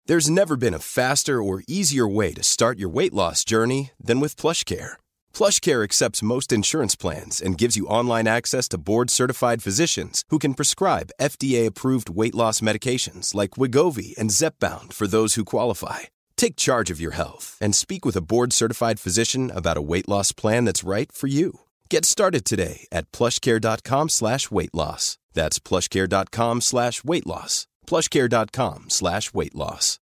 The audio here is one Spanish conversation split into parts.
There's never been a faster or easier way to start your weight loss journey than with PlushCare. PlushCare accepts most insurance plans and gives you online access to board-certified physicians who can prescribe FDA-approved weight loss medications like Wegovy and Zepbound for those who qualify. Take charge of your health and speak with a board-certified physician about a weight loss plan that's right for you. Get started today at plushcare.com/weight loss. That's plushcare.com/weight loss. plushcare.com/weight loss.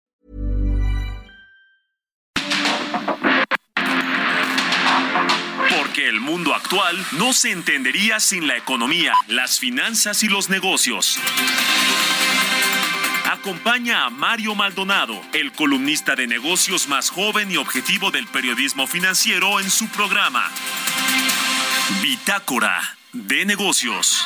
Porque el mundo actual no se entendería sin la economía, las finanzas y los negocios. Acompaña a Mario Maldonado, el columnista de negocios más joven y objetivo del periodismo financiero, en su programa Bitácora de Negocios.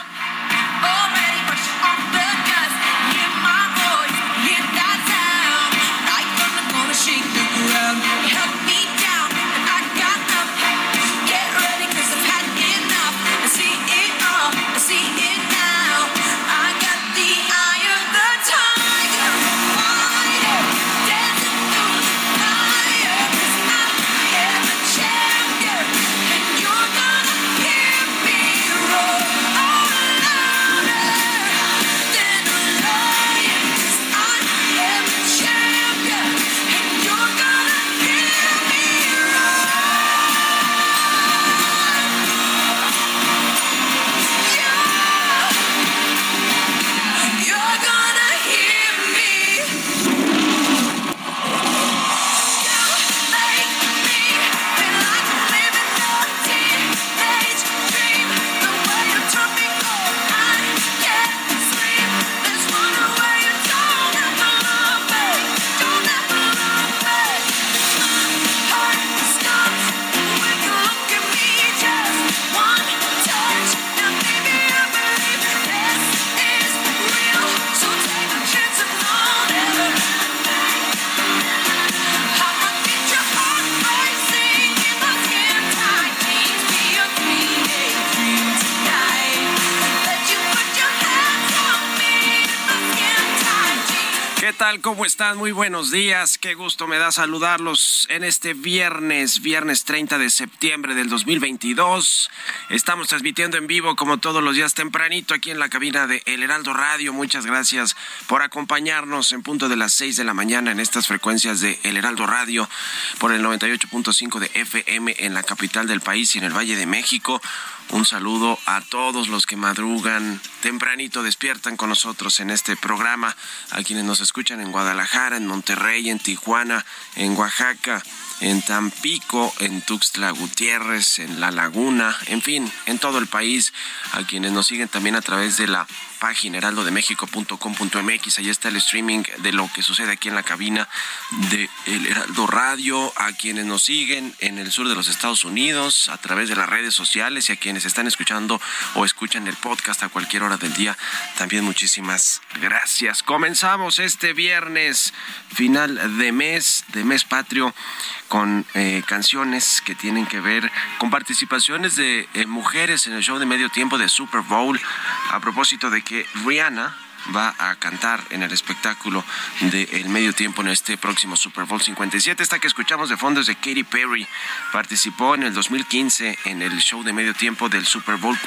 ¿Qué tal? ¿Cómo están? Muy buenos días. Qué gusto me da saludarlos en este viernes 30 de septiembre del 2022. Estamos transmitiendo en vivo como todos los días tempranito aquí en la cabina de El Heraldo Radio. Muchas gracias por acompañarnos en punto de las 6 de la mañana en estas frecuencias de El Heraldo Radio por el 98.5 de FM en la capital del país y en el Valle de México. Un saludo a todos los que madrugan tempranito, despiertan con nosotros en este programa, a quienes nos escuchan en Guadalajara, en Monterrey, en Tijuana, en Oaxaca, en Tampico, en Tuxtla Gutiérrez, en La Laguna, en fin, en todo el país, a quienes nos siguen también a través de la página heraldodemexico.com.mx. Ahí está el streaming de lo que sucede aquí en la cabina de El Heraldo Radio, a quienes nos siguen en el sur de los Estados Unidos a través de las redes sociales y a quienes están escuchando o escuchan el podcast a cualquier hora del día, también muchísimas gracias. Comenzamos este viernes final de mes patrio con canciones que tienen que ver con participaciones de mujeres en el show de medio tiempo de Super Bowl, a propósito de que Rihanna va a cantar en el espectáculo del medio tiempo en este próximo Super Bowl 57. Esta que escuchamos de fondo es de Katy Perry. Participó en el 2015 en el show de medio tiempo del Super Bowl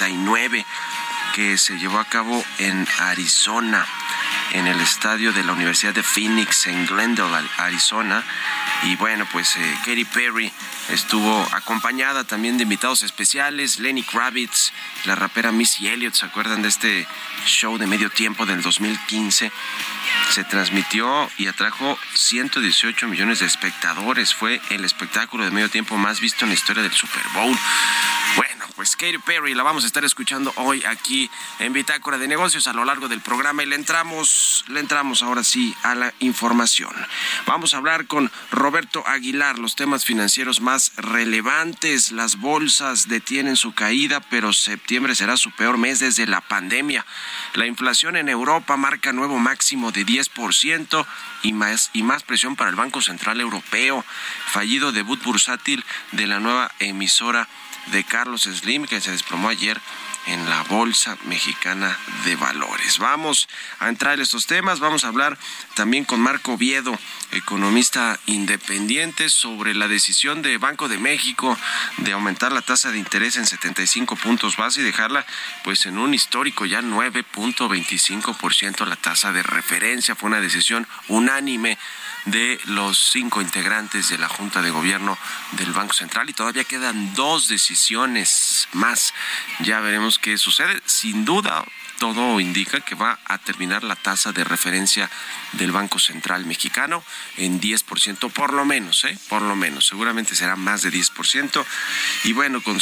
49 que se llevó a cabo en Arizona, en el estadio de la Universidad de Phoenix en Glendale, Arizona. Y bueno, pues Katy Perry estuvo acompañada también de invitados especiales, Lenny Kravitz, la rapera Missy Elliott. ¿Se acuerdan de este show de medio tiempo del 2015? Se transmitió y atrajo 118 millones de espectadores. Fue el espectáculo de medio tiempo más visto en la historia del Super Bowl. Bueno, pues Katy Perry la vamos a estar escuchando hoy aquí en Bitácora de Negocios a lo largo del programa y le entramos ahora sí a la información. Vamos a hablar con Roberto Aguilar, los temas financieros más relevantes. Las bolsas detienen su caída, pero septiembre será su peor mes desde la pandemia. La inflación en Europa marca nuevo máximo de 10% y más presión para el Banco Central Europeo. Fallido debut bursátil de la nueva emisora de Carlos Slim, que se desplomó ayer en la Bolsa Mexicana de Valores. Vamos a entrar en estos temas, vamos a hablar también con Marco Oviedo, economista independiente, sobre la decisión de Banco de México de aumentar la tasa de interés en 75 puntos base y dejarla pues en un histórico ya 9.25% la tasa de referencia. Fue una decisión unánime de los 5 integrantes de la Junta de Gobierno del Banco Central y todavía quedan 2 decisiones más. Ya veremos qué sucede. Sin duda, todo indica que va a terminar la tasa de referencia del Banco Central Mexicano en 10%, por lo menos, seguramente será más de 10%, y bueno, con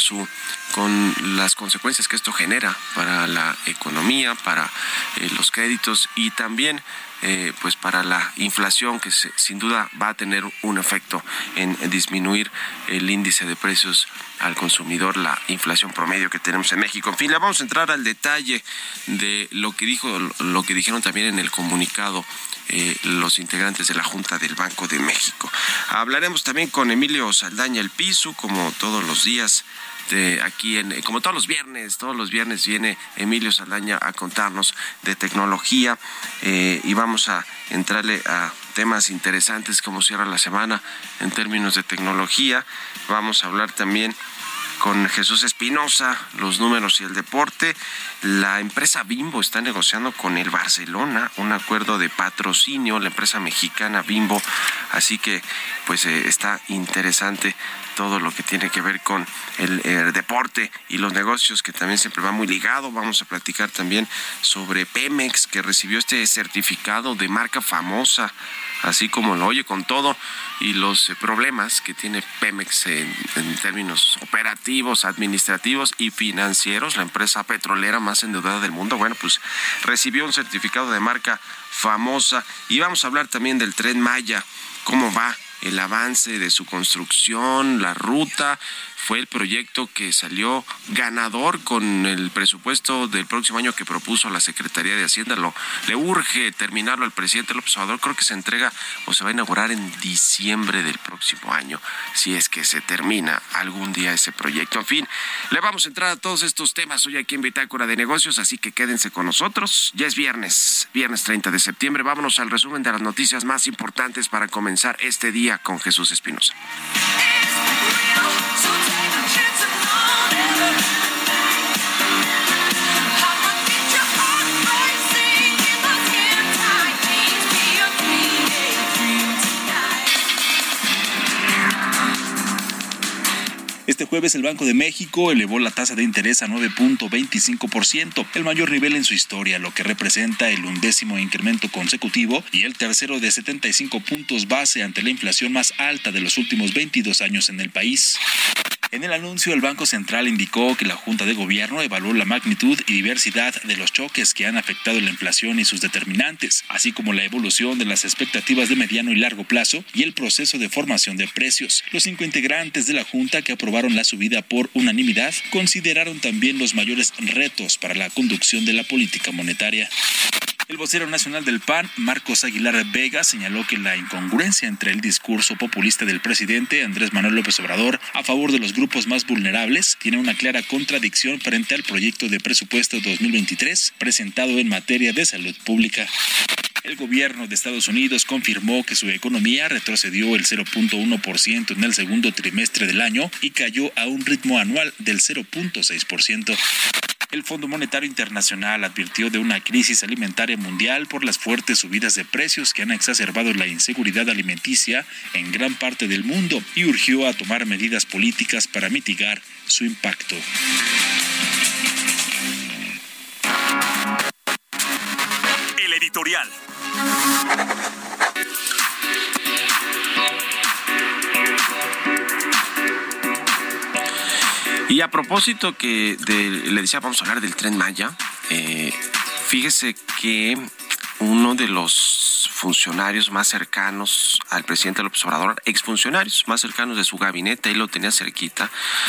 las consecuencias que esto genera para la economía, para los créditos y también pues para la inflación, que sin duda va a tener un efecto en disminuir el índice de precios al consumidor, la inflación promedio que tenemos en México. En fin, le vamos a entrar al detalle de lo que dijeron también en el comunicado los integrantes de la Junta del Banco de México. Hablaremos también con Emilio Saldaña El Pisu, como todos los días. Como todos los viernes viene Emilio Saldaña a contarnos de tecnología y vamos a entrarle a temas interesantes como cierra la semana en términos de tecnología. Vamos a hablar también con Jesús Espinosa, los números y el deporte. La empresa Bimbo está negociando con el Barcelona un acuerdo de patrocinio, la empresa mexicana Bimbo, así que pues está interesante todo lo que tiene que ver con el deporte y los negocios, que también siempre va muy ligado. Vamos a platicar también sobre Pemex, que recibió este certificado de marca famosa, así como lo oye, con todo y los problemas que tiene Pemex en términos operativos, administrativos y financieros. La empresa petrolera más endeudada del mundo, bueno, pues recibió un certificado de marca famosa. Y vamos a hablar también del Tren Maya, cómo va el avance de su construcción, la ruta. Fue el proyecto que salió ganador con el presupuesto del próximo año que propuso la Secretaría de Hacienda. Le urge terminarlo al presidente López Obrador. Creo que se entrega o se va a inaugurar en diciembre del próximo año, si es que se termina algún día ese proyecto. En fin, le vamos a entrar a todos estos temas hoy aquí en Bitácora de Negocios, así que quédense con nosotros. Ya es viernes 30 de septiembre. Vámonos al resumen de las noticias más importantes para comenzar este día con Jesús Espinosa. Este jueves el Banco de México elevó la tasa de interés a 9.25%, el mayor nivel en su historia, lo que representa el 11º incremento consecutivo y el tercero de 75 puntos base ante la inflación más alta de los últimos 22 años en el país. En el anuncio, el Banco Central indicó que la Junta de Gobierno evaluó la magnitud y diversidad de los choques que han afectado la inflación y sus determinantes, así como la evolución de las expectativas de mediano y largo plazo y el proceso de formación de precios. Los 5 integrantes de la Junta que aprobaron la subida por unanimidad consideraron también los mayores retos para la conducción de la política monetaria. El vocero nacional del PAN, Marcos Aguilar Vega, señaló que la incongruencia entre el discurso populista del presidente Andrés Manuel López Obrador a favor de los grupos más vulnerables tiene una clara contradicción frente al proyecto de presupuesto 2023 presentado en materia de salud pública. El gobierno de Estados Unidos confirmó que su economía retrocedió el 0.1% en el segundo trimestre del año y cayó a un ritmo anual del 0.6%. El Fondo Monetario Internacional advirtió de una crisis alimentaria mundial por las fuertes subidas de precios que han exacerbado la inseguridad alimenticia en gran parte del mundo y urgió a tomar medidas políticas para mitigar su impacto. El editorial. Y a propósito le decía, vamos a hablar del Tren Maya. Fíjese que uno de los funcionarios más cercanos al presidente López Obrador, exfuncionarios más cercanos de su gabinete, él lo tenía cerquita,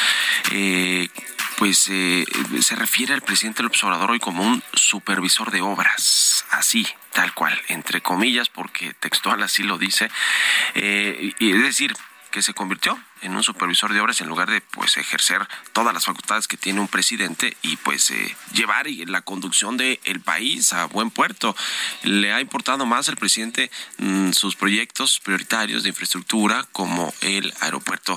se refiere al presidente López Obrador hoy como un supervisor de obras, así, tal cual, entre comillas, porque textual así lo dice, y es decir, que se convirtió en un supervisor de obras en lugar de pues ejercer todas las facultades que tiene un presidente y pues llevar la conducción del país a buen puerto. Le ha importado más al presidente sus proyectos prioritarios de infraestructura, como el aeropuerto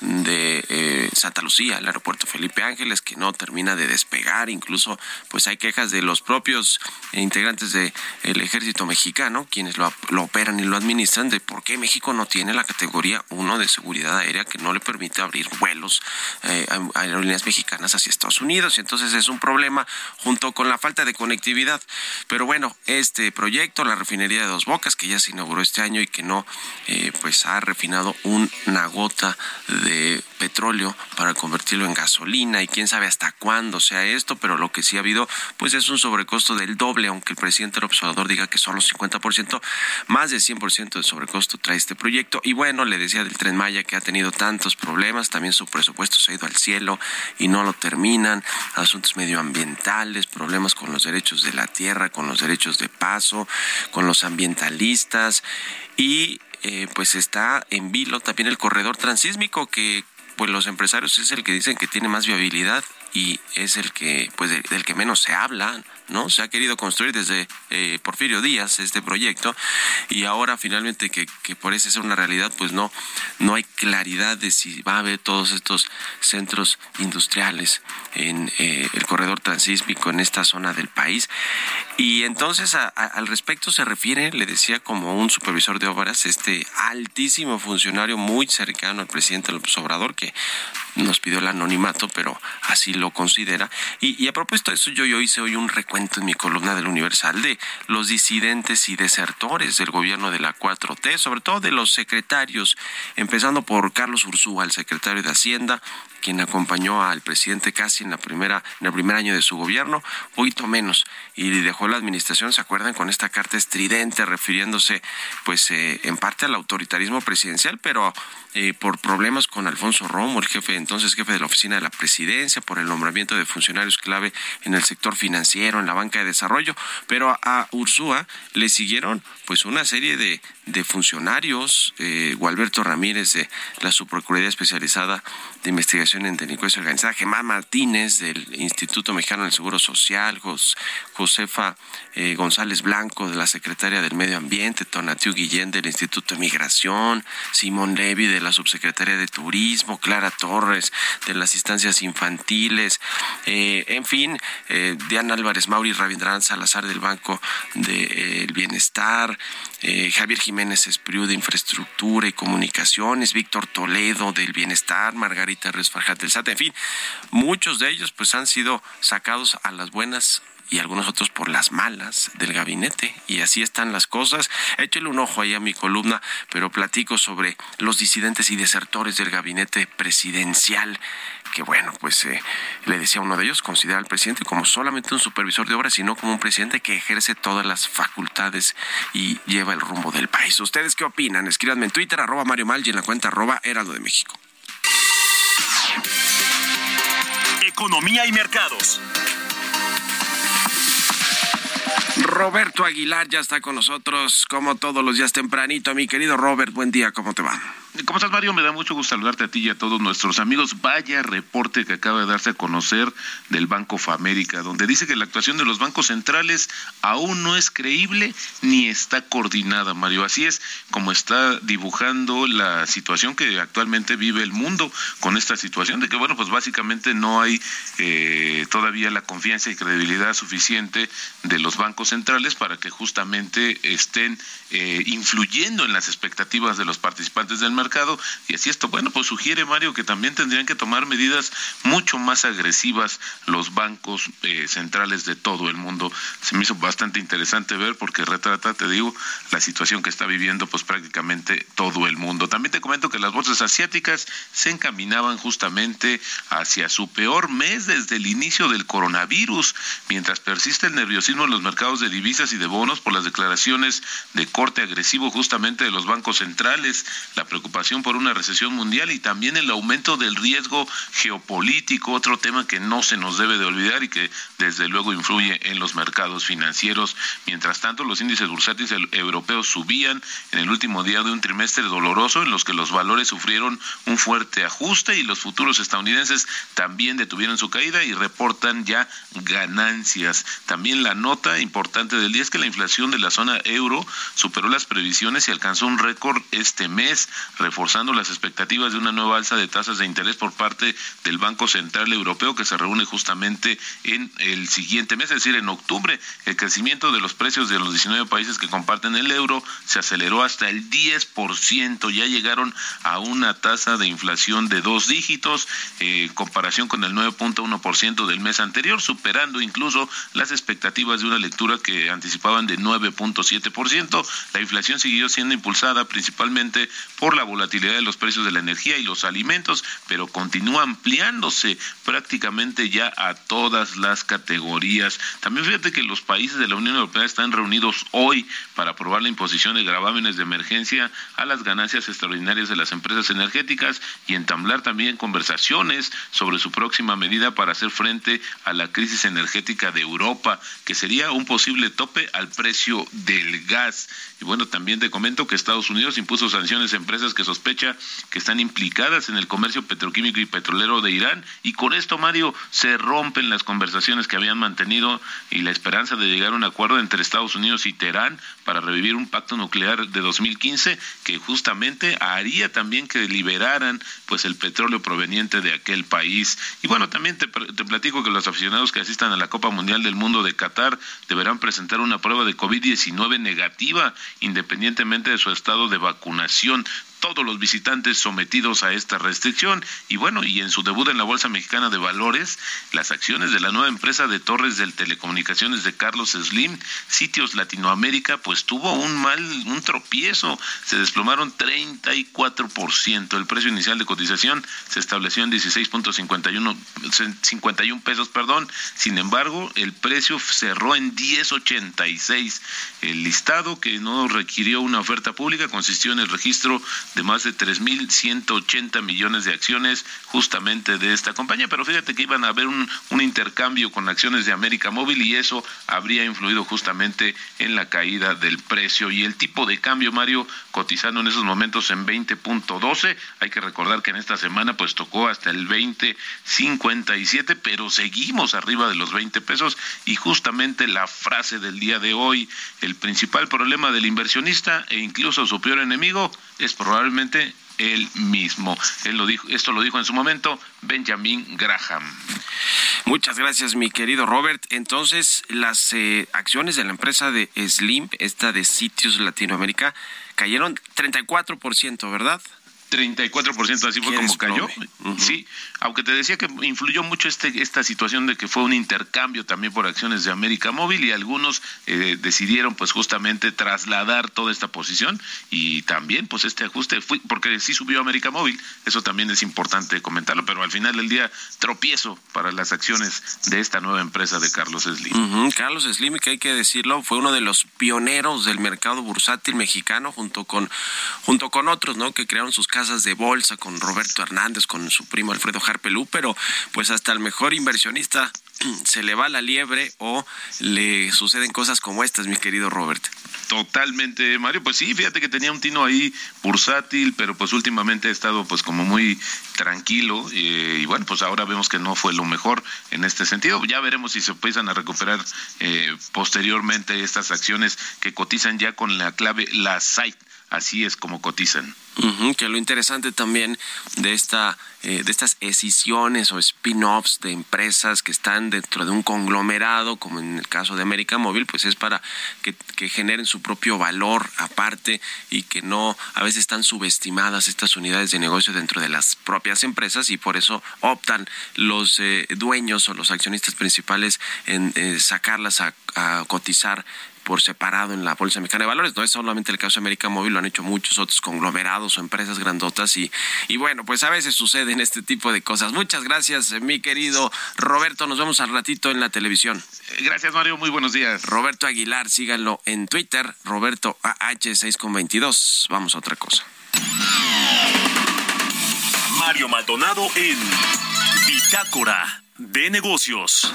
de Santa Lucía, el aeropuerto Felipe Ángeles, que no termina de despegar. Incluso pues hay quejas de los propios integrantes del ejército mexicano, quienes lo operan y lo administran, de por qué México no tiene la categoría 1 de seguridad aérea que no le permite abrir vuelos a aerolíneas mexicanas hacia Estados Unidos. Y entonces es un problema junto con la falta de conectividad. Pero bueno, este proyecto, la refinería de Dos Bocas, que ya se inauguró este año y que no pues ha refinado una gota de petróleo para convertirlo en gasolina, y quién sabe hasta cuándo sea esto, pero lo que sí ha habido pues es un sobrecosto del doble, aunque el presidente López Obrador diga que solo 50%, más del 100% de sobrecosto trae este proyecto. Y bueno, le decía del Tren Maya, que ha tenido tantos problemas, también su presupuesto se ha ido al cielo y no lo terminan, asuntos medioambientales, problemas con los derechos de la tierra, con los derechos de paso, con los ambientalistas, y pues está en vilo también el corredor transísmico, que pues los empresarios es el que dicen que tiene más viabilidad y es el que pues del que menos se habla, ¿no? Se ha querido construir desde Porfirio Díaz este proyecto, y ahora finalmente que parece ser una realidad, pues no hay claridad de si va a haber todos estos centros industriales en el corredor transísmico en esta zona del país. Y entonces al respecto se refiere, le decía, como un supervisor de obras, este altísimo funcionario muy cercano al presidente López Obrador, que nos pidió el anonimato, pero así lo considera. Y a propósito de eso, yo hice hoy un recuento en mi columna del Universal de los disidentes y desertores del gobierno de la 4T, sobre todo de los secretarios, empezando por Carlos Ursúa, el secretario de Hacienda, quien acompañó al presidente casi en el primer año de su gobierno, poquito menos, y dejó la administración, ¿se acuerdan?, con esta carta estridente refiriéndose pues en parte al autoritarismo presidencial, pero por problemas con Alfonso Romo, el entonces jefe de la oficina de la presidencia, por el nombramiento de funcionarios clave en el sector financiero, en la banca de desarrollo. Pero a Ursúa le siguieron pues una serie de funcionarios, Gualberto Ramírez de la Subprocuraduría Especializada de Investigación en Delincuencia Organizada, Germán Martínez del Instituto Mexicano del Seguro Social, Josefa González Blanco de la Secretaria del Medio Ambiente, Tonatiu Guillén del Instituto de Migración, Simón Levy de la Subsecretaría de Turismo, Clara Torres de las instancias infantiles, en fin, Diana Álvarez Mauri, Rabindranath Salazar del Banco del Bienestar, Javier Jiménez Espriu de Infraestructura y Comunicaciones, Víctor Toledo del Bienestar, Margarita Ríos Farjat del SAT, en fin, muchos de ellos pues han sido sacados a las buenas y algunos otros por las malas del gabinete, y así están las cosas. Échale un ojo ahí a mi columna, pero platico sobre los disidentes y desertores del gabinete presidencial, que bueno, pues le decía a uno de ellos, considera al presidente como solamente un supervisor de obras, sino como un presidente que ejerce todas las facultades y lleva el rumbo del país. ¿Ustedes qué opinan? Escríbanme en Twitter, @MarioMal, y en la cuenta @Heraldo de México. Economía y mercados. Roberto Aguilar ya está con nosotros, como todos los días tempranito. Mi querido Robert, buen día, ¿cómo te va? ¿Cómo estás, Mario? Me da mucho gusto saludarte a ti y a todos nuestros amigos. Vaya reporte que acaba de darse a conocer del Banco Famérica, donde dice que la actuación de los bancos centrales aún no es creíble ni está coordinada, Mario. Así es como está dibujando la situación que actualmente vive el mundo, con esta situación de que, bueno, pues básicamente no hay todavía la confianza y credibilidad suficiente de los bancos centrales para que justamente estén influyendo en las expectativas de los participantes del mercado. Y así esto, bueno, pues sugiere, Mario, que también tendrían que tomar medidas mucho más agresivas los bancos centrales de todo el mundo. Se me hizo bastante interesante ver, porque retrata, te digo, la situación que está viviendo pues prácticamente todo el mundo. También te comento que las bolsas asiáticas se encaminaban justamente hacia su peor mes desde el inicio del coronavirus, mientras persiste el nerviosismo en los mercados de divisas y de bonos por las declaraciones de corte agresivo justamente de los bancos centrales. La preocupación preocupación por una recesión mundial y también el aumento del riesgo geopolítico, otro tema que no se nos debe de olvidar y que desde luego influye en los mercados financieros. Mientras tanto, los índices bursátiles europeos subían en el último día de un trimestre doloroso en los que los valores sufrieron un fuerte ajuste y los futuros estadounidenses también detuvieron su caída y reportan ya ganancias. También la nota importante del día es que la inflación de la zona euro superó las previsiones y alcanzó un récord este mes, reforzando las expectativas de una nueva alza de tasas de interés por parte del Banco Central Europeo, que se reúne justamente en el siguiente mes, es decir, en octubre. El crecimiento de los precios de los 19 países que comparten el euro se aceleró hasta el 10%, ya llegaron a una tasa de inflación de 2 dígitos, en comparación con el 9.1% del mes anterior, superando incluso las expectativas de una lectura que anticipaban de 9.7%. La inflación siguió siendo impulsada principalmente por la volatilidad de los precios de la energía y los alimentos, pero continúa ampliándose prácticamente ya a todas las categorías. También fíjate que los países de la Unión Europea están reunidos hoy para aprobar la imposición de gravámenes de emergencia a las ganancias extraordinarias de las empresas energéticas y entablar también conversaciones sobre su próxima medida para hacer frente a la crisis energética de Europa, que sería un posible tope al precio del gas. Y bueno, también te comento que Estados Unidos impuso sanciones a empresas que sospecha que están implicadas en el comercio petroquímico y petrolero de Irán, y con esto, Mario, se rompen las conversaciones que habían mantenido y la esperanza de llegar a un acuerdo entre Estados Unidos y Teherán para revivir un pacto nuclear de 2015 que justamente haría también que liberaran pues el petróleo proveniente de aquel país. Y bueno, también te platico que los aficionados que asistan a la Copa Mundial del Mundo de Qatar deberán presentar una prueba de COVID-19 negativa, independientemente de su estado de vacunación. Todos los visitantes sometidos a esta restricción. Y bueno, y en su debut en la Bolsa Mexicana de Valores, las acciones de la nueva empresa de torres de telecomunicaciones de Carlos Slim, Sitios Latinoamérica, pues tuvo un tropiezo, se desplomaron 34%. El precio inicial de cotización se estableció en 16.51 pesos, sin embargo, el precio cerró en 10.86. El listado, que no requirió una oferta pública, consistió en el registro de más de 3.180 millones de acciones justamente de esta compañía, pero fíjate que iban a haber un intercambio con acciones de América Móvil y eso habría influido justamente en la caída del precio. Y el tipo de cambio, Mario, cotizando en esos momentos en 20.12, hay que recordar que en esta semana pues tocó hasta el 20.57, pero seguimos arriba de los 20 pesos y justamente la frase del día de hoy: el principal problema del inversionista e incluso su peor enemigo es probablemente él mismo. Esto lo dijo en su momento Benjamin Graham. Muchas gracias, mi querido Robert. Entonces, las acciones de la empresa de Slim, esta de Sitios Latinoamérica, cayeron 34%, ¿verdad? 34%, así fue como cayó. Uh-huh. Sí, aunque te decía que influyó mucho esta situación de que fue un intercambio también por acciones de América Móvil y algunos decidieron pues justamente trasladar toda esta posición y también pues este ajuste porque sí subió América Móvil, eso también es importante comentarlo, pero al final del día tropiezo para las acciones de esta nueva empresa de Carlos Slim. Uh-huh. Carlos Slim, que hay que decirlo, fue uno de los pioneros del mercado bursátil mexicano junto con otros, ¿no?, que crearon sus casas de bolsa, con Roberto Hernández, con su primo Alfredo Harpelú, pero pues hasta el mejor inversionista se le va la liebre o le suceden cosas como estas, mi querido Robert. Totalmente, Mario. Pues sí, fíjate que tenía un tino ahí bursátil, pero pues últimamente ha estado pues como muy tranquilo y bueno, pues ahora vemos que no fue lo mejor en este sentido. Ya veremos si se empiezan a recuperar posteriormente estas acciones que cotizan ya con la clave la SAIT. Así es como cotizan. Uh-huh, que lo interesante también de estas escisiones o spin-offs de empresas que están dentro de un conglomerado, como en el caso de América Móvil, pues es para que generen su propio valor aparte y que no, a veces están subestimadas estas unidades de negocio dentro de las propias empresas y por eso optan los dueños o los accionistas principales en sacarlas a cotizar por separado en la Bolsa Mexicana de Valores. No es solamente el caso de América Móvil, lo han hecho muchos otros conglomerados o empresas grandotas y bueno, pues a veces suceden este tipo de cosas. Muchas gracias, mi querido Roberto. Nos vemos al ratito en la televisión. Gracias, Mario. Muy buenos días. Roberto Aguilar, síganlo en Twitter, Roberto AH6.22. Vamos a otra cosa. Mario Maldonado en Bitácora de Negocios.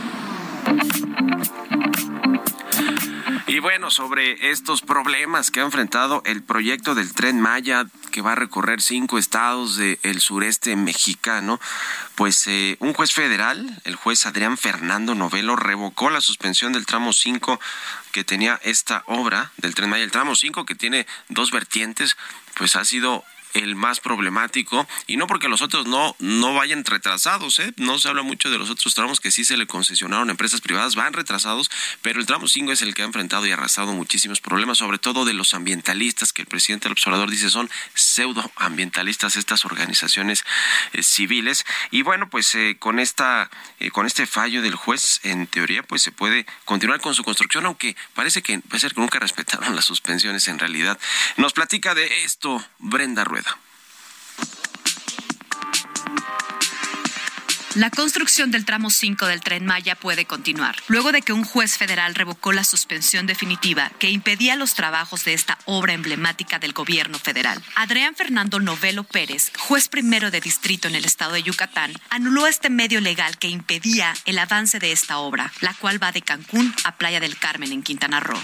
Y bueno, sobre estos problemas que ha enfrentado el proyecto del Tren Maya, que va a recorrer 5 estados del sureste mexicano, pues un juez federal, el juez Adrián Fernando Novelo, revocó la suspensión del tramo 5 que tenía esta obra del Tren Maya. El tramo 5, que tiene 2 vertientes, pues ha sido el más problemático, y no porque los otros no vayan retrasados, no se habla mucho de los otros tramos que sí se le concesionaron a empresas privadas, van retrasados, pero el tramo 5 es el que ha enfrentado y arrastrado muchísimos problemas, sobre todo de los ambientalistas, que el presidente del observador dice son pseudoambientalistas estas organizaciones civiles. Y bueno, pues con este fallo del juez, en teoría pues se puede continuar con su construcción, aunque parece que nunca respetaron las suspensiones en realidad. Nos platica de esto Brenda Rueda. La construcción del tramo 5 del Tren Maya puede continuar, luego de que un juez federal revocó la suspensión definitiva que impedía los trabajos de esta obra emblemática del gobierno federal. Adrián Fernando Novelo Pérez, juez primero de distrito en el estado de Yucatán, anuló este medio legal que impedía el avance de esta obra, la cual va de Cancún a Playa del Carmen en Quintana Roo.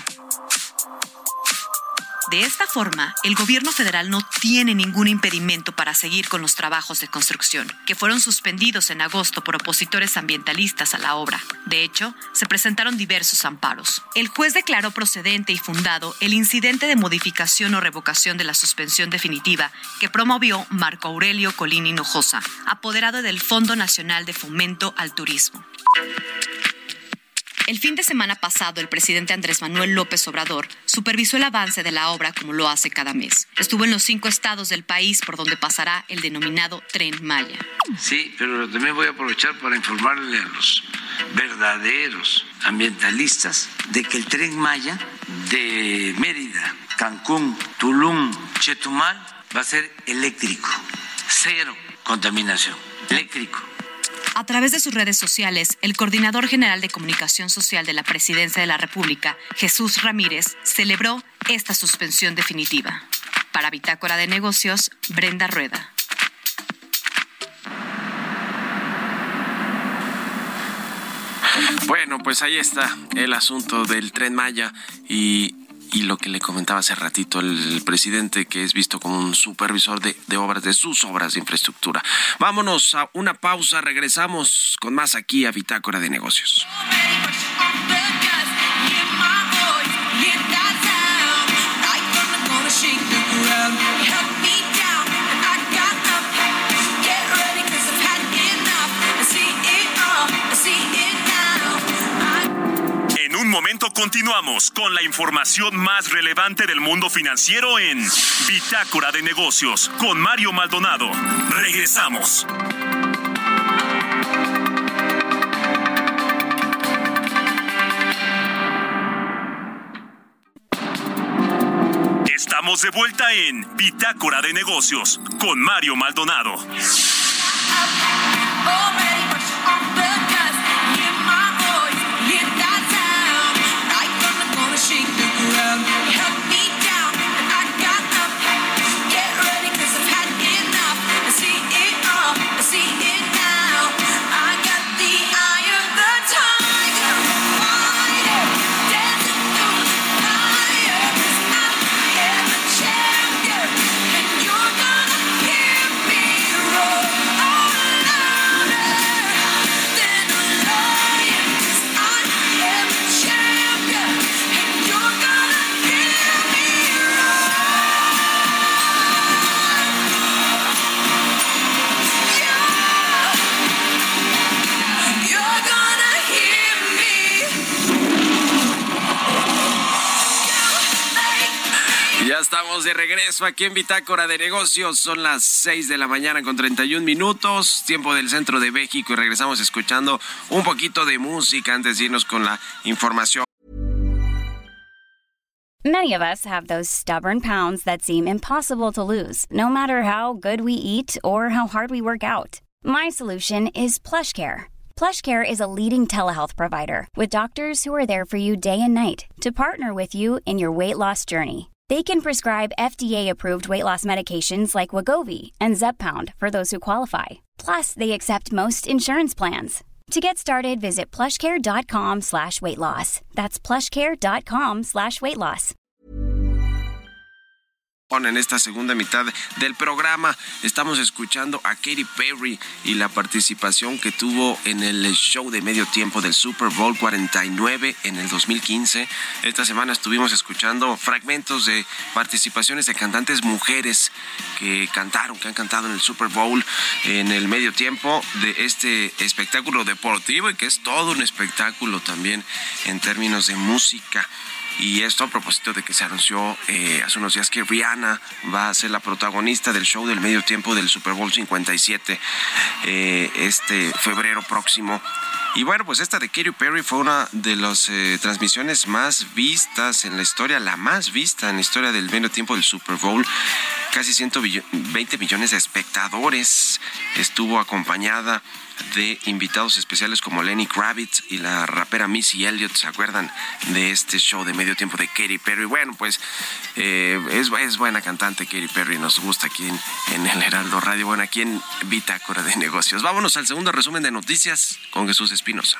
De esta forma, el gobierno federal no tiene ningún impedimento para seguir con los trabajos de construcción, que fueron suspendidos en agosto por opositores ambientalistas a la obra. De hecho, se presentaron diversos amparos. El juez declaró procedente y fundado el incidente de modificación o revocación de la suspensión definitiva que promovió Marco Aurelio Colín Hinojosa, apoderado del Fondo Nacional de Fomento al Turismo. El fin de semana pasado, el presidente Andrés Manuel López Obrador supervisó el avance de la obra como lo hace cada mes. Estuvo en los 5 estados del país por donde pasará el denominado Tren Maya. Sí, pero también voy a aprovechar para informarle a los verdaderos ambientalistas de que el Tren Maya de Mérida, Cancún, Tulum, Chetumal va a ser eléctrico, 0 contaminación, eléctrico. A través de sus redes sociales, el coordinador general de comunicación social de la Presidencia de la República, Jesús Ramírez, celebró esta suspensión definitiva. Para Bitácora de Negocios, Brenda Rueda. Bueno, pues ahí está el asunto del Tren Maya y lo que le comentaba hace ratito el presidente, que es visto como un supervisor de obras, de sus obras de infraestructura. Vámonos a una pausa, regresamos con más aquí a Bitácora de Negocios. En un momento continuamos con la información más relevante del mundo financiero en Bitácora de Negocios con Mario Maldonado. Regresamos. Estamos de vuelta en Bitácora de Negocios con Mario Maldonado. Estamos de regreso aquí en Bitácora de Negocios. Son las 6 de la mañana con 31 minutos, tiempo del centro de México, y regresamos escuchando un poquito de música antes de irnos con la información. Many of us have those stubborn pounds that seem impossible to lose, no matter how good we eat or how hard we work out. My solution is PlushCare. PlushCare is a leading telehealth provider with doctors who are there for you day and night to partner with you in your weight loss journey. They can prescribe FDA-approved weight loss medications like Wegovy and Zepbound for those who qualify. Plus, they accept most insurance plans. To get started, visit plushcare.com/weightloss. That's plushcare.com/weightloss. En esta segunda mitad del programa estamos escuchando a Katy Perry y la participación que tuvo en el show de medio tiempo del Super Bowl 49 en el 2015. Esta semana estuvimos escuchando fragmentos de participaciones de cantantes mujeres que han cantado en el Super Bowl en el medio tiempo de este espectáculo deportivo, y que es todo un espectáculo también en términos de música. Y esto a propósito de que se anunció hace unos días que Rihanna va a ser la protagonista del show del medio tiempo del Super Bowl 57 este febrero próximo. Y bueno, pues esta de Katy Perry fue una de las transmisiones más vistas en la historia, la más vista en la historia del medio tiempo del Super Bowl. Casi 120 millones de espectadores. Estuvo acompañada de invitados especiales como Lenny Kravitz y la rapera Missy Elliott. ¿Se acuerdan de este show de medio tiempo de Katy Perry? Bueno, pues es buena cantante Katy Perry, nos gusta aquí en el Heraldo Radio, bueno, aquí en Bitácora de Negocios. Vámonos al segundo resumen de noticias con Jesús Espinosa.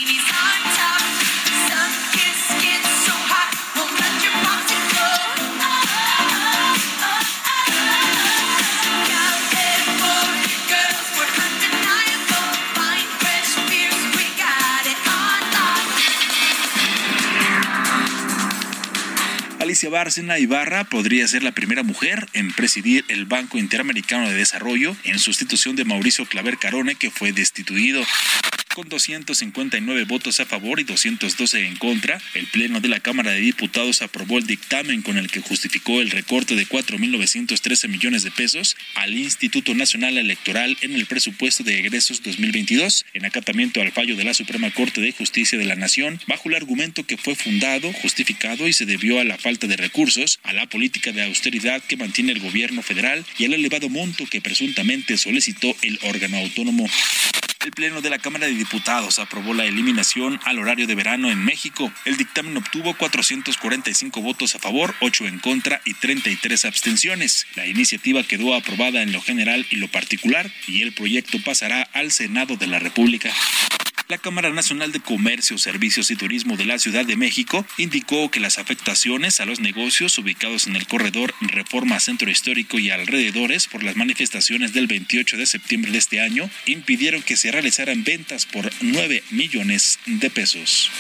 Alicia Bárcena Ibarra podría ser la primera mujer en presidir el Banco Interamericano de Desarrollo en sustitución de Mauricio Claver Carone, que fue destituido. Con 259 votos a favor y 212 en contra, el Pleno de la Cámara de Diputados aprobó el dictamen con el que justificó el recorte de 4.913 millones de pesos al Instituto Nacional Electoral en el presupuesto de egresos 2022, en acatamiento al fallo de la Suprema Corte de Justicia de la Nación, bajo el argumento que fue fundado, justificado y se debió a la falta de recursos, a la política de austeridad que mantiene el gobierno federal y al elevado monto que presuntamente solicitó el órgano autónomo. El Pleno de la Cámara de Diputados aprobó la eliminación al horario de verano en México. El dictamen obtuvo 445 votos a favor, 8 en contra y 33 abstenciones. La iniciativa quedó aprobada en lo general y lo particular, y el proyecto pasará al Senado de la República. La Cámara Nacional de Comercio, Servicios y Turismo de la Ciudad de México indicó que las afectaciones a los negocios ubicados en el corredor Reforma Centro Histórico y alrededores por las manifestaciones del 28 de septiembre de este año impidieron que se realizaran ventas por 9 millones de pesos.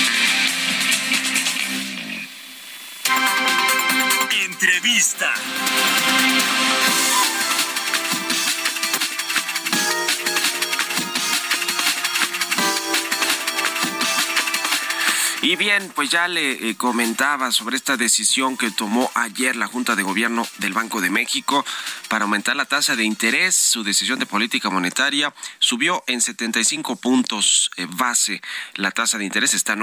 Entrevista. Y bien, pues ya le comentaba sobre esta decisión que tomó ayer la Junta de Gobierno del Banco de México para aumentar la tasa de interés. Su decisión de política monetaria subió en 75 puntos base. La tasa de interés está a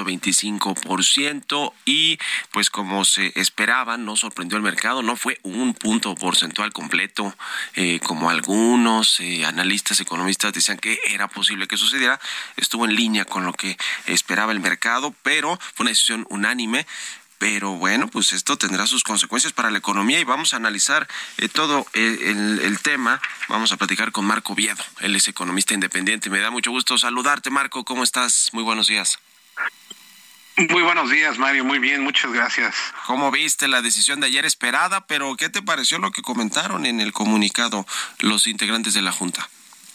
9.25% y pues como se esperaba, no sorprendió al mercado, no fue un punto porcentual completo como algunos analistas, economistas decían que era posible que sucediera. Estuvo en línea con lo que esperaba el mercado, pero fue una decisión unánime. Pero bueno, pues esto tendrá sus consecuencias para la economía y vamos a analizar todo el tema. Vamos a platicar con Marco Oviedo, él es economista independiente. Me da mucho gusto saludarte, Marco. ¿Cómo estás? Muy buenos días. Muy buenos días, Mario. Muy bien, muchas gracias. ¿Cómo viste la decisión de ayer esperada? Pero ¿qué te pareció lo que comentaron en el comunicado los integrantes de la Junta?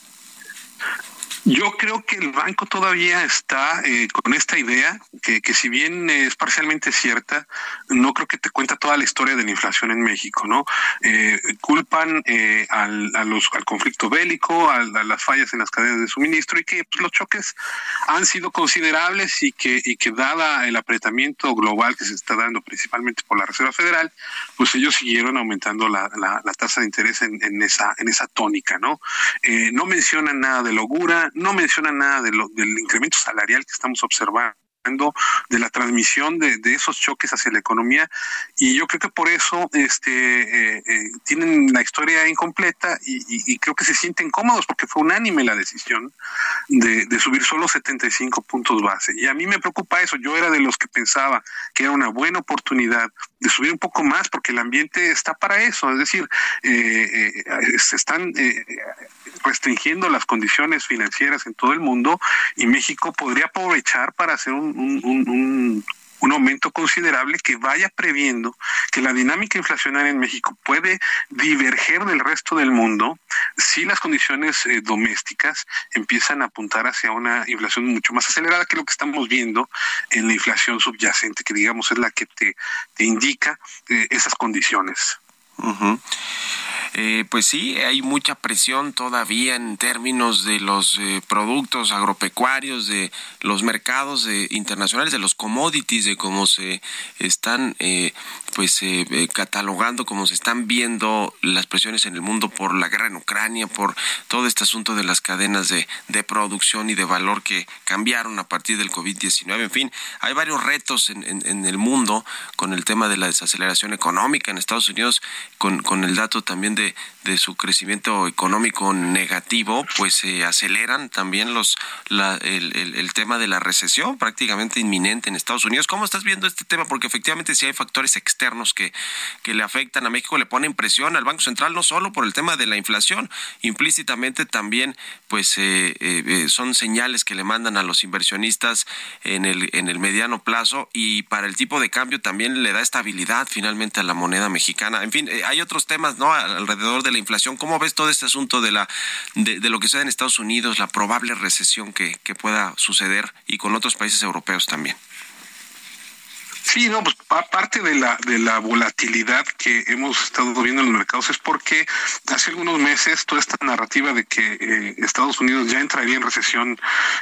Yo creo que el banco todavía está con esta idea que si bien es parcialmente cierta, no creo que te cuenta toda la historia de la inflación en México, ¿no? Culpan al conflicto bélico, a las fallas en las cadenas de suministro y que pues, los choques han sido considerables y que dada el apretamiento global que se está dando principalmente por la Reserva Federal, pues ellos siguieron aumentando la tasa de interés en esa tónica, ¿no? No mencionan nada de locura, no menciona nada del incremento salarial que estamos observando de la transmisión de esos choques hacia la economía, y yo creo que por eso tienen la historia incompleta y creo que se sienten cómodos porque fue unánime la decisión de subir solo 75 puntos base. Y a mí me preocupa eso. Yo era de los que pensaba que era una buena oportunidad de subir un poco más porque el ambiente está para eso, es decir, se están restringiendo las condiciones financieras en todo el mundo y México podría aprovechar para hacer un aumento considerable que vaya previendo que la dinámica inflacionaria en México puede diverger del resto del mundo si las condiciones domésticas empiezan a apuntar hacia una inflación mucho más acelerada que lo que estamos viendo en la inflación subyacente, que digamos es la que te indica esas condiciones. Uh-huh. Pues sí, hay mucha presión todavía en términos de los productos agropecuarios, de los mercados internacionales, de los commodities, de cómo se están catalogando, cómo se están viendo las presiones en el mundo por la guerra en Ucrania, por todo este asunto de las cadenas de producción y de valor que cambiaron a partir del COVID-19. En fin, hay varios retos en el mundo con el tema de la desaceleración económica en Estados Unidos, con el dato también de su crecimiento económico negativo, pues se aceleran también el tema de la recesión prácticamente inminente en Estados Unidos. ¿Cómo estás viendo este tema? Porque efectivamente sí hay factores externos que le afectan a México, le ponen presión al Banco Central, no solo por el tema de la inflación, implícitamente también pues son señales que le mandan a los inversionistas en el mediano plazo, y para el tipo de cambio también le da estabilidad finalmente a la moneda mexicana. En fin, hay otros temas, ¿no?, alrededor de la inflación. ¿Cómo ves todo este asunto de lo que sucede en Estados Unidos, la probable recesión que pueda suceder, y con otros países europeos también? Sí, no, pues parte de la volatilidad que hemos estado viendo en los mercados es porque hace algunos meses toda esta narrativa de que Estados Unidos ya entraría en recesión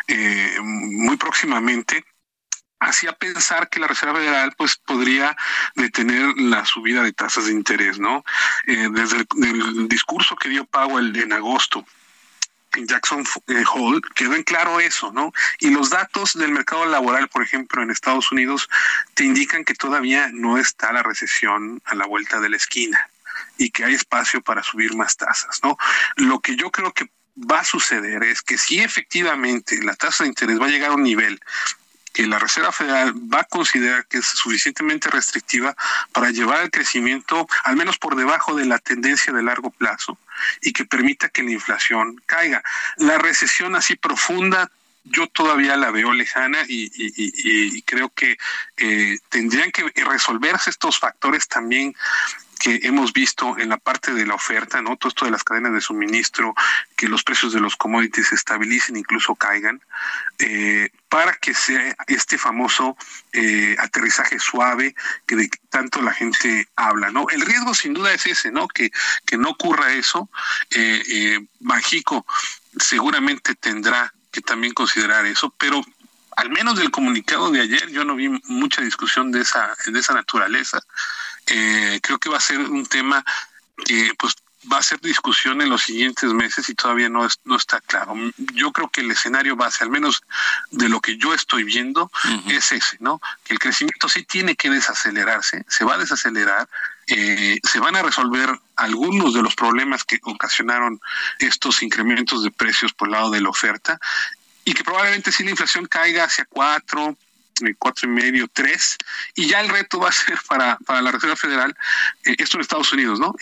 muy próximamente hacía pensar que la Reserva Federal pues podría detener la subida de tasas de interés, ¿no? Desde el discurso que dio Powell en agosto en Jackson Hole quedó en claro eso, ¿no? Y los datos del mercado laboral, por ejemplo, en Estados Unidos, te indican que todavía no está la recesión a la vuelta de la esquina y que hay espacio para subir más tasas, ¿no? Lo que yo creo que va a suceder es que si efectivamente la tasa de interés va a llegar a un nivel que la Reserva Federal va a considerar que es suficientemente restrictiva para llevar el crecimiento al menos por debajo de la tendencia de largo plazo y que permita que la inflación caiga. La recesión así profunda yo todavía la veo lejana y creo que tendrían que resolverse estos factores también que hemos visto en la parte de la oferta, ¿no? Todo esto de las cadenas de suministro, que los precios de los commodities se estabilicen, incluso caigan, para que sea este famoso aterrizaje suave que de tanto la gente habla, ¿no? El riesgo sin duda es ese, ¿no? Que no ocurra eso. Banxico seguramente tendrá que también considerar eso, pero al menos del comunicado de ayer yo no vi mucha discusión de esa naturaleza. Creo que va a ser un tema que pues va a ser discusión en los siguientes meses y todavía no está claro. Yo creo que el escenario base, al menos de lo que yo estoy viendo, es ese, ¿no? Que el crecimiento sí tiene que desacelerarse, se va a desacelerar, se van a resolver algunos de los problemas que ocasionaron estos incrementos de precios por el lado de la oferta, y que probablemente sí la inflación caiga hacia 4.5, 3, y ya el reto va a ser para la Reserva Federal, esto en Estados Unidos, ¿no?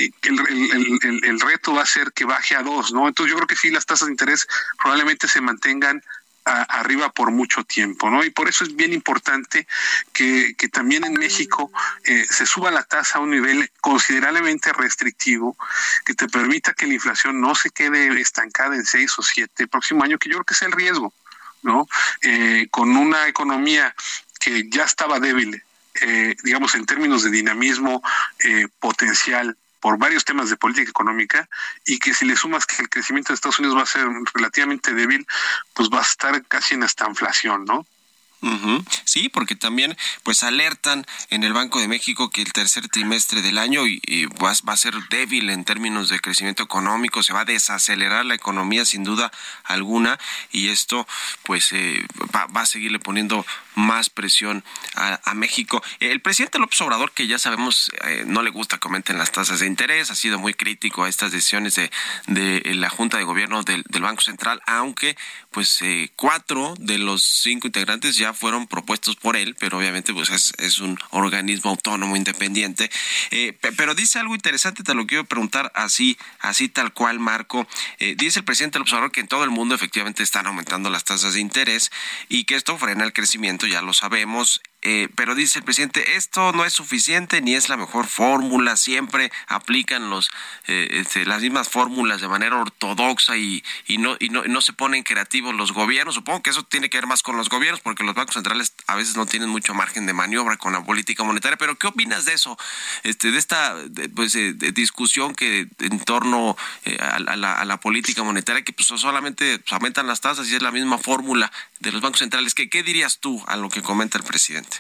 El reto va a ser que baje a 2, ¿no? Entonces yo creo que sí, las tasas de interés probablemente se mantengan arriba por mucho tiempo, ¿no? Y por eso es bien importante que también en México se suba la tasa a un nivel considerablemente restrictivo, que te permita que la inflación no se quede estancada en 6 o 7 el próximo año, que yo creo que es el riesgo, ¿no? Con una economía que ya estaba débil, digamos en términos de dinamismo potencial por varios temas de política económica, y que si le sumas que el crecimiento de Estados Unidos va a ser relativamente débil, pues va a estar casi en esta inflación, ¿no? Sí, porque también pues alertan en el Banco de México que el tercer trimestre del año va a ser débil en términos de crecimiento económico, se va a desacelerar la economía sin duda alguna, y esto pues va a seguirle poniendo más presión a México. El presidente López Obrador, que ya sabemos no le gusta que aumenten las tasas de interés, ha sido muy crítico a estas decisiones de la Junta de Gobierno del Banco Central, aunque pues 4 de los 5 integrantes ya fueron propuestos por él, pero obviamente pues es un organismo autónomo independiente. Pero dice algo interesante, te lo quiero preguntar así tal cual, Marco. Dice el presidente López Obrador que en todo el mundo efectivamente están aumentando las tasas de interés y que esto frena el crecimiento, ya lo sabemos. Pero dice el presidente, esto no es suficiente ni es la mejor fórmula, siempre aplican las mismas fórmulas de manera ortodoxa y no se ponen creativos los gobiernos. Supongo que eso tiene que ver más con los gobiernos, porque los bancos centrales a veces no tienen mucho margen de maniobra con la política monetaria. Pero ¿qué opinas de eso? De esta discusión que en torno a la política monetaria, que pues solamente aumentan las tasas y es la misma fórmula de los bancos centrales. ¿Qué dirías tú a lo que comenta el presidente?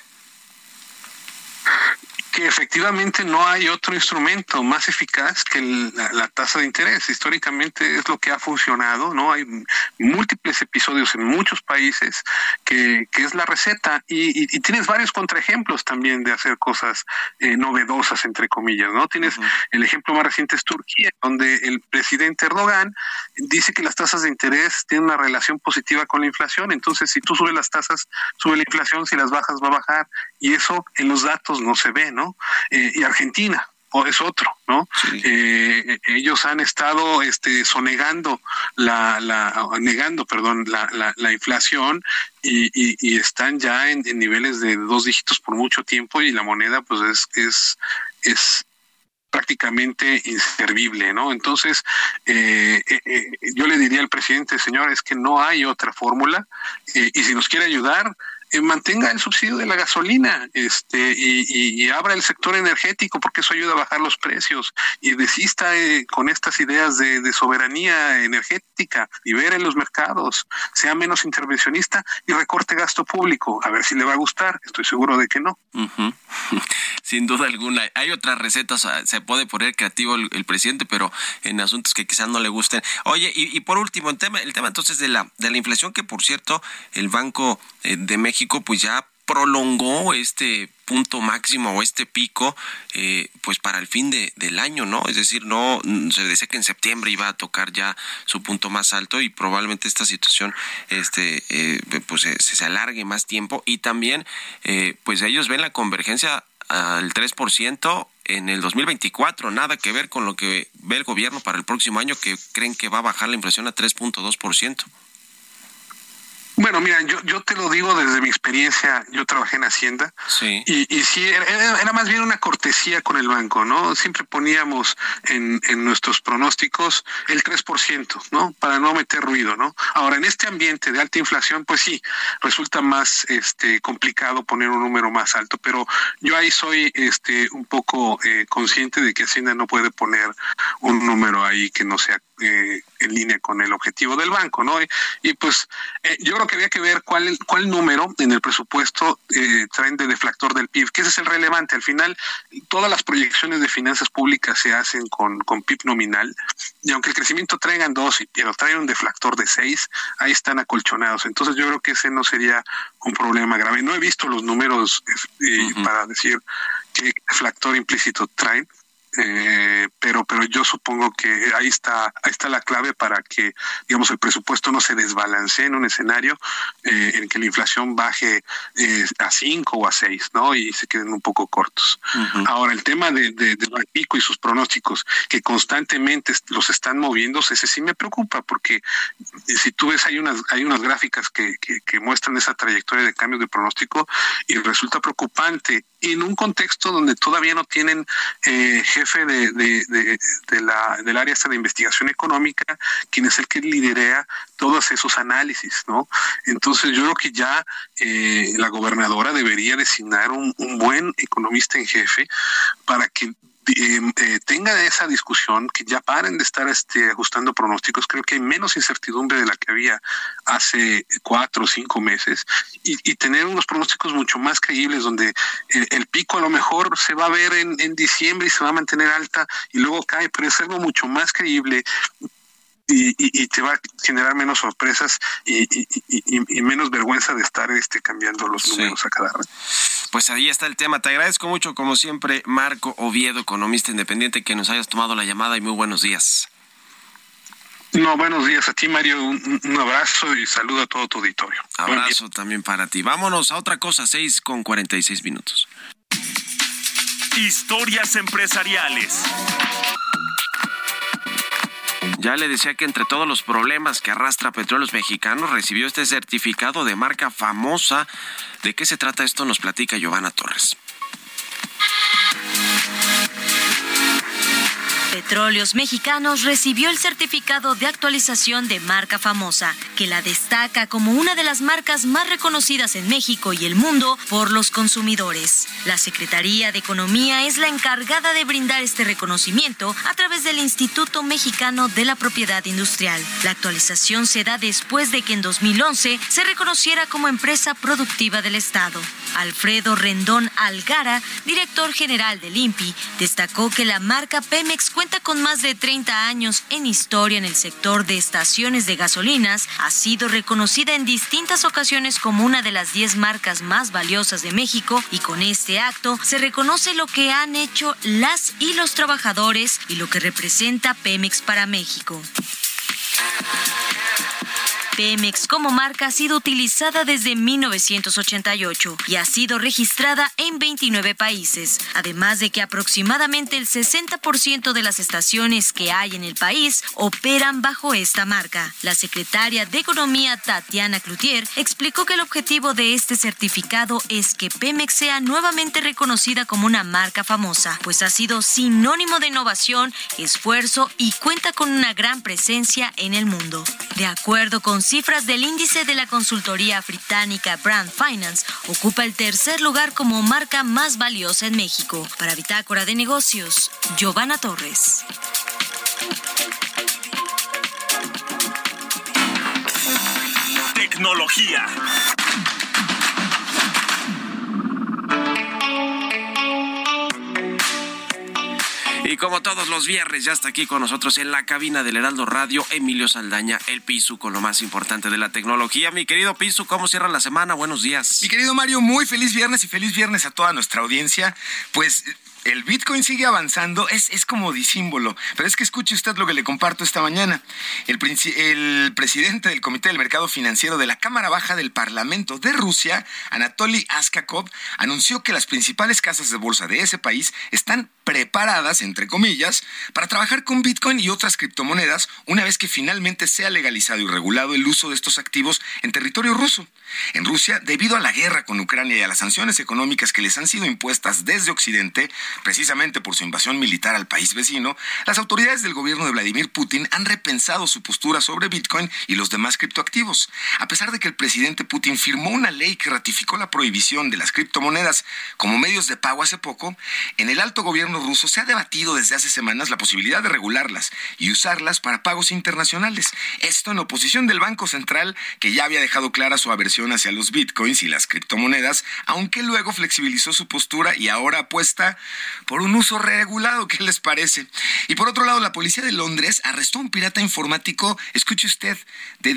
Que efectivamente no hay otro instrumento más eficaz que la tasa de interés. Históricamente es lo que ha funcionado, ¿no? Hay múltiples episodios en muchos países que es la receta y tienes varios contraejemplos también de hacer cosas novedosas, entre comillas, ¿no? Tienes el ejemplo más reciente es Turquía, donde el presidente Erdogan dice que las tasas de interés tienen una relación positiva con la inflación. Entonces, si tú subes las tasas, sube la inflación; si las bajas, va a bajar. Y eso en los datos no se ve, ¿no? Y Argentina es otro, ¿no? Sí. Ellos han estado negando la inflación y están ya en niveles de 2 dígitos por mucho tiempo, y la moneda pues es prácticamente inservible, ¿no? Entonces, yo le diría al presidente, señor, es que no hay otra fórmula, y si nos quiere ayudar, mantenga el subsidio de la gasolina, y abra el sector energético, porque eso ayuda a bajar los precios, y desista con estas ideas de soberanía energética, libere los mercados, sea menos intervencionista y recorte gasto público. A ver si le va a gustar. Estoy seguro de que no. Sin duda alguna. Hay otras recetas, se puede poner creativo el presidente, pero en asuntos que quizás no le gusten. Oye, y por último, el tema entonces de la inflación, que por cierto el Banco de México pues ya prolongó este punto máximo o este pico pues para el fin del año, ¿no? Es decir, no se decía que en septiembre iba a tocar ya su punto más alto, y probablemente esta situación pues se alargue más tiempo, y también pues ellos ven la convergencia al 3% en el 2024, nada que ver con lo que ve el gobierno para el próximo año, que creen que va a bajar la inflación a 3.2%. Bueno, mira, yo te lo digo desde mi experiencia. Yo trabajé en Hacienda, sí, y sí, era más bien una cortesía con el banco, ¿no? Siempre poníamos en nuestros pronósticos el 3%, ¿no? Para no meter ruido, ¿no? Ahora, en este ambiente de alta inflación, pues sí, resulta más complicado poner un número más alto, pero yo ahí soy un poco consciente de que Hacienda no puede poner un número ahí que no sea en línea con el objetivo del banco, ¿no? Y pues yo creo que había que ver cuál número en el presupuesto traen de deflactor del PIB, que ese es el relevante. Al final, todas las proyecciones de finanzas públicas se hacen con PIB nominal, y aunque el crecimiento traigan 2, pero traen un deflactor de 6, ahí están acolchonados. Entonces yo creo que ese no sería un problema grave. No he visto los números para decir qué deflactor implícito traen, pero yo supongo que ahí está la clave para que, digamos, el presupuesto no se desbalancee en un escenario en que la inflación baje a 5 o a 6, ¿no? Y se queden un poco cortos. Ahora, el tema de Banxico y sus pronósticos, que constantemente los están moviendo, ese sí me preocupa, porque si tú ves, hay unas gráficas que muestran esa trayectoria de cambios de pronóstico, y resulta preocupante en un contexto donde todavía no tienen jefe del área de investigación económica, quien es el que liderea todos esos análisis, ¿no? Entonces yo creo que ya la gobernadora debería designar un buen economista en jefe para que tenga esa discusión, que ya paren de estar ajustando pronósticos. Creo que hay menos incertidumbre de la que había hace 4 o 5 meses y tener unos pronósticos mucho más creíbles, donde el pico a lo mejor se va a ver en diciembre y se va a mantener alta y luego cae, pero es algo mucho más creíble. Y te va a generar menos sorpresas y menos vergüenza de estar cambiando los números a cada rato. Pues ahí está el tema. Te agradezco mucho, como siempre, Marco Oviedo, economista independiente, que nos hayas tomado la llamada y muy buenos días. No, buenos días a ti, Mario. Un abrazo y saludo a todo tu auditorio. Abrazo también para ti. Vámonos a otra cosa, 6:46. Historias empresariales. Ya le decía que entre todos los problemas que arrastra Petróleos Mexicanos, recibió este certificado de marca famosa. ¿De qué se trata esto? Nos platica Giovanna Torres. Petróleos Mexicanos recibió el certificado de actualización de marca famosa, que la destaca como una de las marcas más reconocidas en México y el mundo por los consumidores. La Secretaría de Economía es la encargada de brindar este reconocimiento a través del Instituto Mexicano de la Propiedad Industrial. La actualización se da después de que en 2011 se reconociera como empresa productiva del Estado. Alfredo Rendón Algara, director general del INPI, destacó que la marca Pemex cuenta con más de 30 años en historia en el sector de estaciones de gasolinas, ha sido reconocida en distintas ocasiones como una de las 10 marcas más valiosas de México, y con este acto se reconoce lo que han hecho las y los trabajadores y lo que representa Pemex para México. Pemex como marca ha sido utilizada desde 1988 y ha sido registrada en 29 países, además de que aproximadamente el 60% de las estaciones que hay en el país operan bajo esta marca. La secretaria de Economía, Tatiana Cloutier, explicó que el objetivo de este certificado es que Pemex sea nuevamente reconocida como una marca famosa, pues ha sido sinónimo de innovación, esfuerzo y cuenta con una gran presencia en el mundo. De acuerdo con cifras del índice de la consultoría británica Brand Finance, ocupa el tercer lugar como marca más valiosa en México. Para Bitácora de Negocios, Giovanna Torres. Tecnología. Y como todos los viernes, ya está aquí con nosotros en la cabina del Heraldo Radio, Emilio Saldaña, el Pisu, con lo más importante de la tecnología. Mi querido Pisu, ¿cómo cierra la semana? Buenos días. Mi querido Mario, muy feliz viernes y feliz viernes a toda nuestra audiencia. Pues el Bitcoin sigue avanzando, es como disímbolo, pero es que escuche usted lo que le comparto esta mañana. El presidente del Comité del Mercado Financiero de la Cámara Baja del Parlamento de Rusia, Anatoly Askakov, anunció que las principales casas de bolsa de ese país están preparadas, entre comillas, para trabajar con Bitcoin y otras criptomonedas una vez que finalmente sea legalizado y regulado el uso de estos activos en territorio ruso. En Rusia, debido a la guerra con Ucrania y a las sanciones económicas que les han sido impuestas desde Occidente, precisamente por su invasión militar al país vecino, las autoridades del gobierno de Vladimir Putin han repensado su postura sobre Bitcoin y los demás criptoactivos. A pesar de que el presidente Putin firmó una ley que ratificó la prohibición de las criptomonedas como medios de pago hace poco, en el alto gobierno ruso se ha debatido desde hace semanas la posibilidad de regularlas y usarlas para pagos internacionales. Esto en oposición del Banco Central, que ya había dejado clara su aversión hacia los bitcoins y las criptomonedas, aunque luego flexibilizó su postura y ahora apuesta por un uso regulado. ¿Qué les parece? Y por otro lado, la policía de Londres arrestó a un pirata informático, escuche usted, de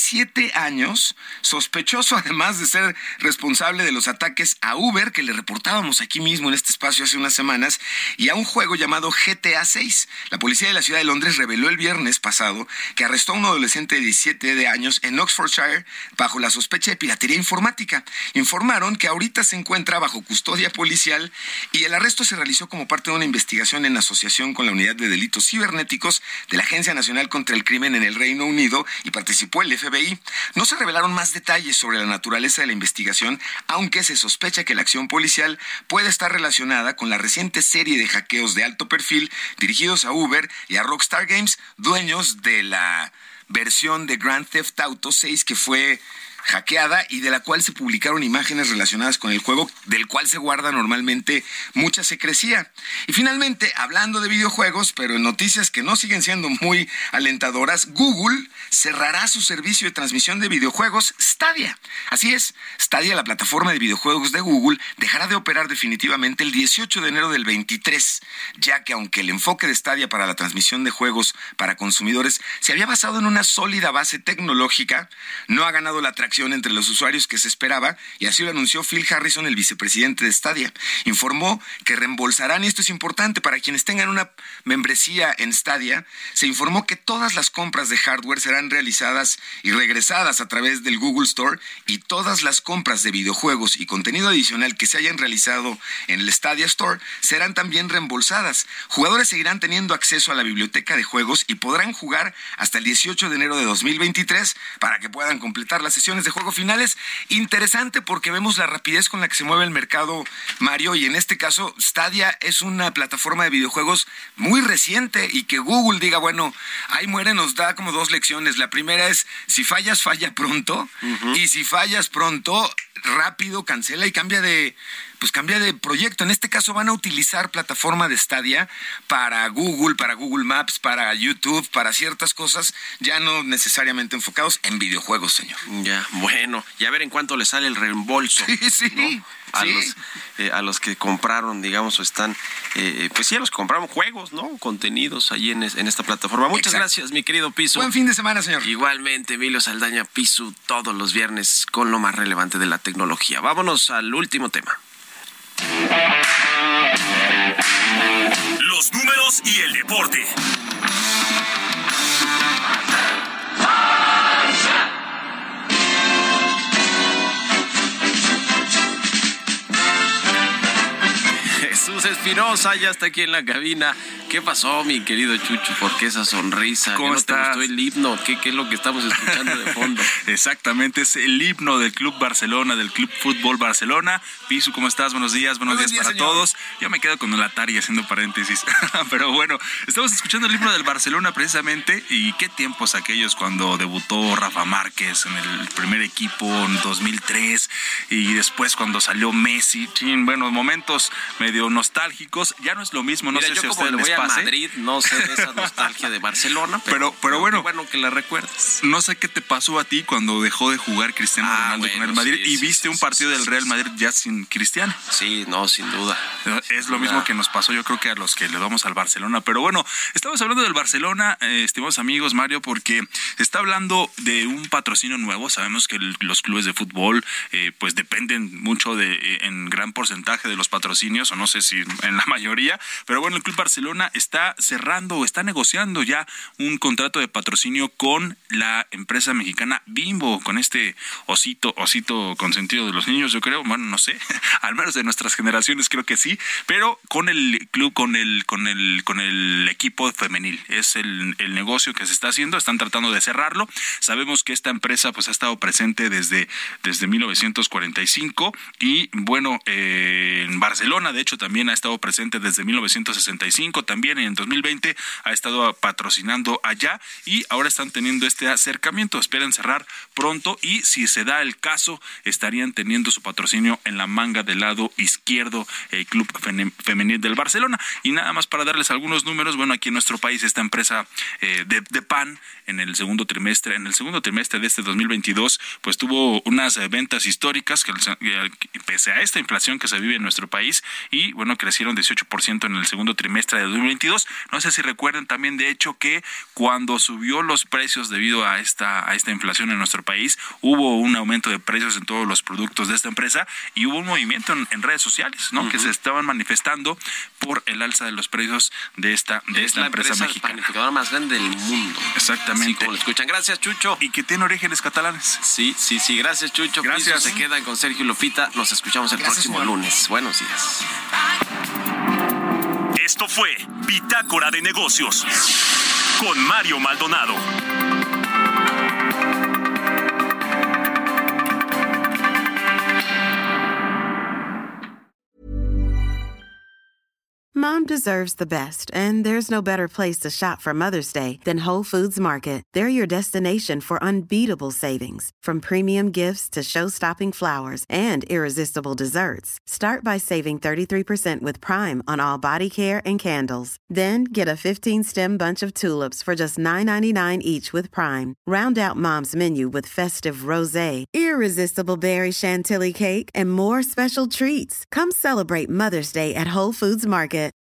17 años, sospechoso además de ser responsable de los ataques a Uber, que le reportábamos aquí mismo en este espacio hace unas semanas, y a un juego llamado GTA 6. La policía de la ciudad de Londres reveló el viernes pasado que arrestó a un adolescente de 17 años en Oxfordshire bajo la sospecha de piratería informática. Informaron que ahorita se encuentra bajo custodia policial y el arresto se realizó como parte de una investigación en asociación con la Unidad de Delitos Cibernéticos de la Agencia Nacional contra el Crimen en el Reino Unido y participó el FBI. No se revelaron más detalles sobre la naturaleza de la investigación, aunque se sospecha que la acción policial puede estar relacionada con la reciente serie de hackeos de alto perfil dirigidos a Uber y a Rockstar Games, dueños de la versión de Grand Theft Auto 6 que fue hackeada y de la cual se publicaron imágenes relacionadas con el juego, del cual se guarda normalmente mucha secrecía. Y finalmente, hablando de videojuegos, pero en noticias que no siguen siendo muy alentadoras, Google cerrará su servicio de transmisión de videojuegos Stadia. Así es, Stadia, la plataforma de videojuegos de Google, dejará de operar definitivamente el 18 de enero del 23, ya que aunque el enfoque de Stadia para la transmisión de juegos para consumidores se había basado en una sólida base tecnológica, no ha ganado la atracción entre los usuarios que se esperaba, y así lo anunció Phil Harrison, el vicepresidente de Stadia. Informó que reembolsarán, y esto es importante para quienes tengan una membresía en Stadia, se informó que todas las compras de hardware serán realizadas y regresadas a través del Google Store, y todas las compras de videojuegos y contenido adicional que se hayan realizado en el Stadia Store serán también reembolsadas. Jugadores seguirán teniendo acceso a la biblioteca de juegos y podrán jugar hasta el 18 de enero de 2023 para que puedan completar las sesiones de juego finales. Interesante porque vemos la rapidez con la que se mueve el mercado, Mario, y en este caso Stadia es una plataforma de videojuegos muy reciente, y que Google diga, bueno, ahí muere, nos da como dos lecciones. La primera es, si fallas, falla pronto, y si fallas pronto, rápido, cancela y cambia de proyecto. En este caso van a utilizar plataforma de Stadia para Google Maps, para YouTube, para ciertas cosas, ya no necesariamente enfocados en videojuegos, señor. Ya, bueno, y a ver en cuánto le sale el reembolso. Sí. ¿No? A los que compraron, digamos, o están, pues sí, a los que compraron juegos, ¿no? Contenidos ahí en esta plataforma. Muchas gracias, mi querido Pisu. Buen fin de semana, señor. Igualmente, Emilio Saldaña, Pisu, todos los viernes con lo más relevante de la tecnología. Vámonos al último tema. Los números y el deporte. Jesús Espinosa ya está aquí en la cabina. ¿Qué pasó, mi querido Chucho? ¿Por qué esa sonrisa? ¿Cómo estás? ¿No te gustó el himno? ¿Qué es lo que estamos escuchando de fondo? Exactamente, es el himno del Club Barcelona, del Club Fútbol Barcelona. Pisu, ¿cómo estás? Buenos días para señor. todos. Yo me quedo con el Atari haciendo paréntesis. Pero bueno, estamos escuchando el himno del Barcelona precisamente. Y qué tiempos aquellos cuando debutó Rafa Márquez en el primer equipo en 2003. Y después cuando salió Messi. Bueno, momentos medio nostálgicos. Ya no es lo mismo, no sé si a ustedes les pase. Madrid, no sé de esa nostalgia de Barcelona, pero bueno, qué bueno que la recuerdes. No sé qué te pasó a ti cuando dejó de jugar Cristiano Ronaldo con el Madrid y viste un partido del Real Madrid ya sin Cristiano. Sí, no, sin duda. Es lo mismo que nos pasó, yo creo que a los que le vamos al Barcelona. Pero bueno, estamos hablando del Barcelona, estimados amigos, Mario, porque se está hablando de un patrocinio nuevo. Sabemos que los clubes de fútbol pues dependen mucho en gran porcentaje de los patrocinios, o no sé si en la mayoría, pero bueno, el Club Barcelona está cerrando o está negociando ya un contrato de patrocinio con la empresa mexicana Bimbo, con este osito consentido de los niños, yo creo, bueno, no sé, al menos de nuestras generaciones creo que sí, pero con el club, con el equipo femenil. Es el negocio que se está haciendo, están tratando de cerrarlo. Sabemos que esta empresa pues ha estado presente desde 1945 y bueno, en Barcelona de hecho también ha estado presente desde 1965, también en 2020 ha estado patrocinando allá y ahora están teniendo este acercamiento, esperan cerrar pronto y si se da el caso estarían teniendo su patrocinio en la manga del lado izquierdo el Club Femenil del Barcelona. Y nada más para darles algunos números, bueno, aquí en nuestro país esta empresa de pan en el segundo trimestre de este 2022 pues tuvo unas ventas históricas que pese a esta inflación que se vive en nuestro país y bueno, crecieron 18% en el segundo trimestre de 2022. No sé si recuerdan también de hecho que cuando subió los precios debido a esta inflación en nuestro país, hubo un aumento de precios en todos los productos de esta empresa y hubo un movimiento en redes sociales, ¿no? Que se estaban manifestando por el alza de los precios de esta empresa mexicana. Es la panificadora más grande del mundo. Exactamente. Así como lo escuchan. Gracias, Chucho. Y que tiene orígenes catalanes. Sí. Gracias, Chucho. Gracias. Se quedan con Sergio y Lupita. Nos escuchamos el próximo lunes. Buenos días. Esto fue Bitácora de Negocios con Mario Maldonado. Mom Mom deserves the best, and there's no better place to shop for Mother's Day than Whole Foods Market. They're your destination for unbeatable savings, from premium gifts to show-stopping flowers and irresistible desserts. Start by saving 33% with Prime on all body care and candles. Then get a 15-stem bunch of tulips for just $9.99 each with Prime. Round out Mom's menu with festive rosé, irresistible berry chantilly cake, and more special treats. Come celebrate Mother's Day at Whole Foods Market.